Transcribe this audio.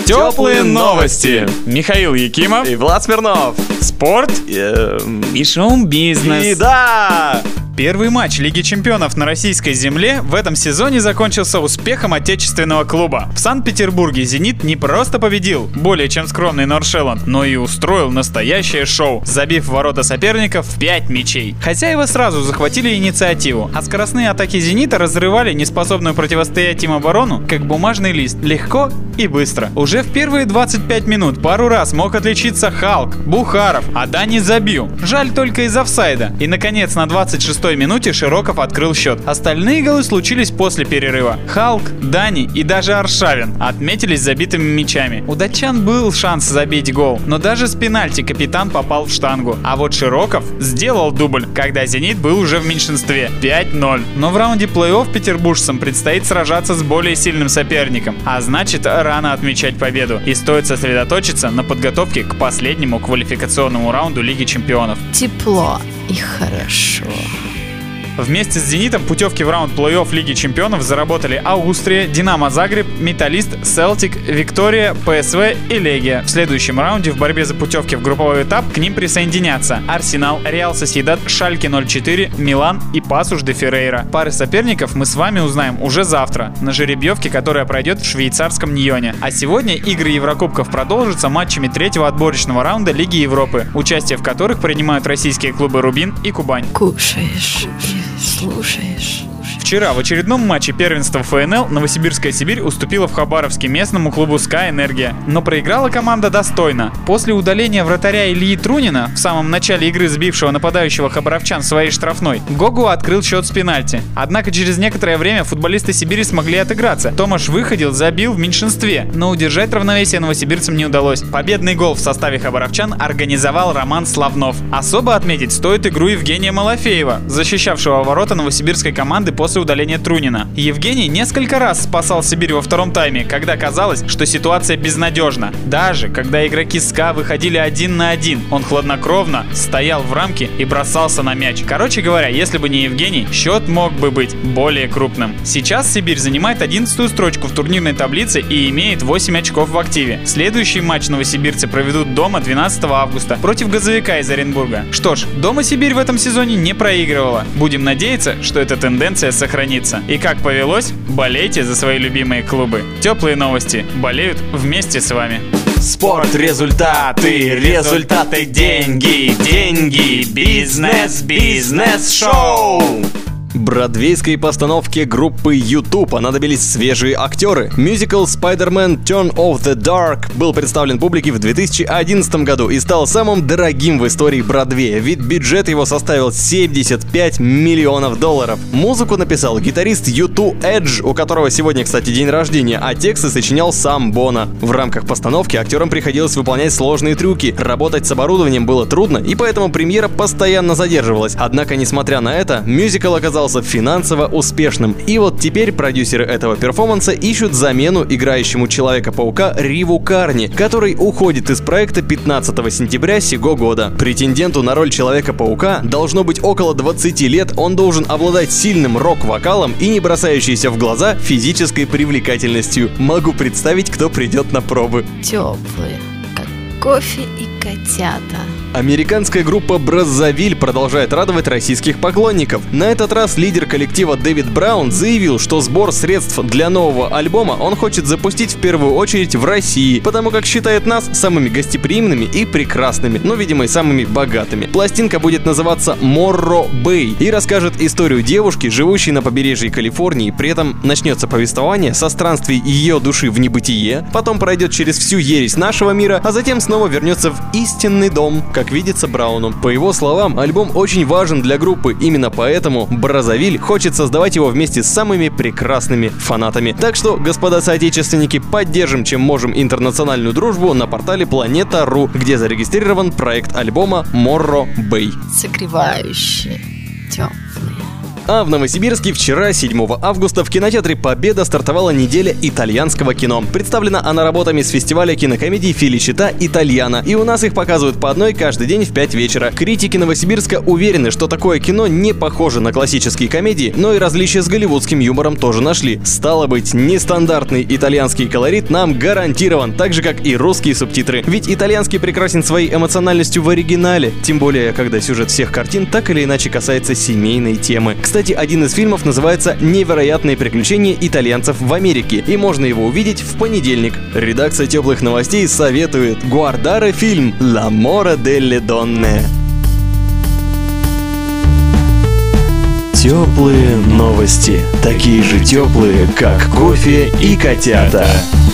Теплые новости. Михаил Якимов и Влад Смирнов. Спорт и шоу-бизнес. И да! Первый матч Лиги Чемпионов на российской земле в этом сезоне закончился успехом отечественного клуба. В Санкт-Петербурге «Зенит» не просто победил более чем скромный Нордшелланд, но и устроил настоящее шоу, забив в ворота соперников 5 мячей. Хозяева сразу захватили инициативу, а скоростные атаки «Зенита» разрывали неспособную противостоять им оборону, как бумажный лист, легко и быстро. Уже в первые 25 минут пару раз мог отличиться Халк, Бухаров, а Дани забил. Жаль только из офсайда. И, наконец, на 26-й минуте Широков открыл счет. Остальные голы случились после перерыва. Халк, Дани и даже Аршавин отметились забитыми мячами. У датчан был шанс забить гол, но даже с пенальти капитан попал в штангу. А вот Широков сделал дубль, когда «Зенит» был уже в меньшинстве 5-0. Но в раунде плей-офф петербуржцам предстоит сражаться с более сильным соперником, а значит, рано отмечать победу. И стоит сосредоточиться на подготовке к последнему квалификационному раунду Лиги Чемпионов. Тепло и хорошо. Вместе с «Зенитом» путевки в раунд плей-офф Лиги Чемпионов заработали Аугустрия, Динамо Загреб, Металлист, Селтик, Виктория, ПСВ и Легия. В следующем раунде в борьбе за путевки в групповой этап к ним присоединятся Арсенал, Реал Сосьедад, Шальке 04, Милан и Пасуш де Феррейра. Пары соперников мы с вами узнаем уже завтра на жеребьевке, которая пройдет в швейцарском Ньоне. А сегодня игры Еврокубков продолжатся матчами третьего отборочного раунда Лиги Европы, участие в которых принимают российские клубы «Рубин» и «Кубань». Кушаешь, слушаешь. Вчера в очередном матче первенства ФНЛ Новосибирская Сибирь уступила в Хабаровске местному клубу «СКА Энергия». Но проиграла команда достойно. После удаления вратаря Ильи Трунина, в самом начале игры сбившего нападающего хабаровчан в своей штрафной, Гогу открыл счет с пенальти. Однако через некоторое время футболисты Сибири смогли отыграться. Томаш выходил, забил в меньшинстве, но удержать равновесие новосибирцам не удалось. Победный гол в составе хабаровчан организовал Роман Славнов. Особо отметить стоит игру Евгения Малафеева, защищавшего ворота новосибирской команды после удаления Трунина. Евгений несколько раз спасал Сибирь во втором тайме, когда казалось, что ситуация безнадежна. Даже когда игроки СКА выходили 1 на 1, он хладнокровно стоял в рамке и бросался на мяч. Короче говоря, если бы не Евгений, счет мог бы быть более крупным. Сейчас Сибирь занимает 11-ю строчку в турнирной таблице и имеет 8 очков в активе. Следующий матч новосибирцы проведут дома 12 августа против «Газовика» из Оренбурга. Что ж, дома Сибирь в этом сезоне не проигрывала. Будем надеяться, что эта тенденция сохранится. И как повелось, болейте за свои любимые клубы. Теплые новости болеют вместе с вами. Спорт, результаты, деньги, бизнес-шоу. Бродвейской постановке группы U2 понадобились свежие актеры. Мюзикл «Spider-Man Turn of the Dark» был представлен публике в 2011 году и стал самым дорогим в истории Бродвея, ведь бюджет его составил $75 миллионов. Музыку написал гитарист U2 Edge, у которого сегодня, кстати, день рождения, а тексты сочинял сам Боно. В рамках постановки актерам приходилось выполнять сложные трюки, работать с оборудованием было трудно, и поэтому премьера постоянно задерживалась. Однако, несмотря на это, мюзикл оказался финансово успешным. И вот теперь продюсеры этого перформанса ищут замену играющему Человека-паука Риву Карни, который уходит из проекта 15 сентября сего года. Претенденту на роль Человека-паука должно быть около 20 лет, он должен обладать сильным рок-вокалом и не бросающейся в глаза физической привлекательностью. Могу представить, кто придет на пробы. Теплые, как кофе и котята. Американская группа Браззавиль продолжает радовать российских поклонников. На этот раз лидер коллектива Дэвид Браун заявил, что сбор средств для нового альбома он хочет запустить в первую очередь в России, потому как считает нас самыми гостеприимными и прекрасными, но, видимо, и самыми богатыми. Пластинка будет называться «Морро Бэй» и расскажет историю девушки, живущей на побережье Калифорнии. При этом начнется повествование со странствий ее души в небытие, потом пройдет через всю ересь нашего мира, а затем снова вернется в истинный дом, как видится Брауну. По его словам, альбом очень важен для группы, именно поэтому Браззавиль хочет создавать его вместе с самыми прекрасными фанатами. Так что, господа соотечественники, поддержим чем можем интернациональную дружбу на портале Planeta.ru, где зарегистрирован проект альбома Morro Bay. Согревающие, теплые. А в Новосибирске вчера, 7 августа, в кинотеатре «Победа» стартовала неделя итальянского кино. Представлена она работами с фестиваля кинокомедий «Феличита Итальяна», и у нас их показывают по одной каждый день в 5 вечера. Критики Новосибирска уверены, что такое кино не похоже на классические комедии, но и различия с голливудским юмором тоже нашли. Стало быть, нестандартный итальянский колорит нам гарантирован, так же как и русские субтитры. Ведь итальянский прекрасен своей эмоциональностью в оригинале, тем более, когда сюжет всех картин так или иначе касается семейной темы. Кстати, один из фильмов называется «Невероятные приключения итальянцев в Америке», и можно его увидеть в понедельник. Редакция теплых новостей советует guardare фильм «L'amore delle donne». Теплые новости. Такие же теплые, как кофе и котята.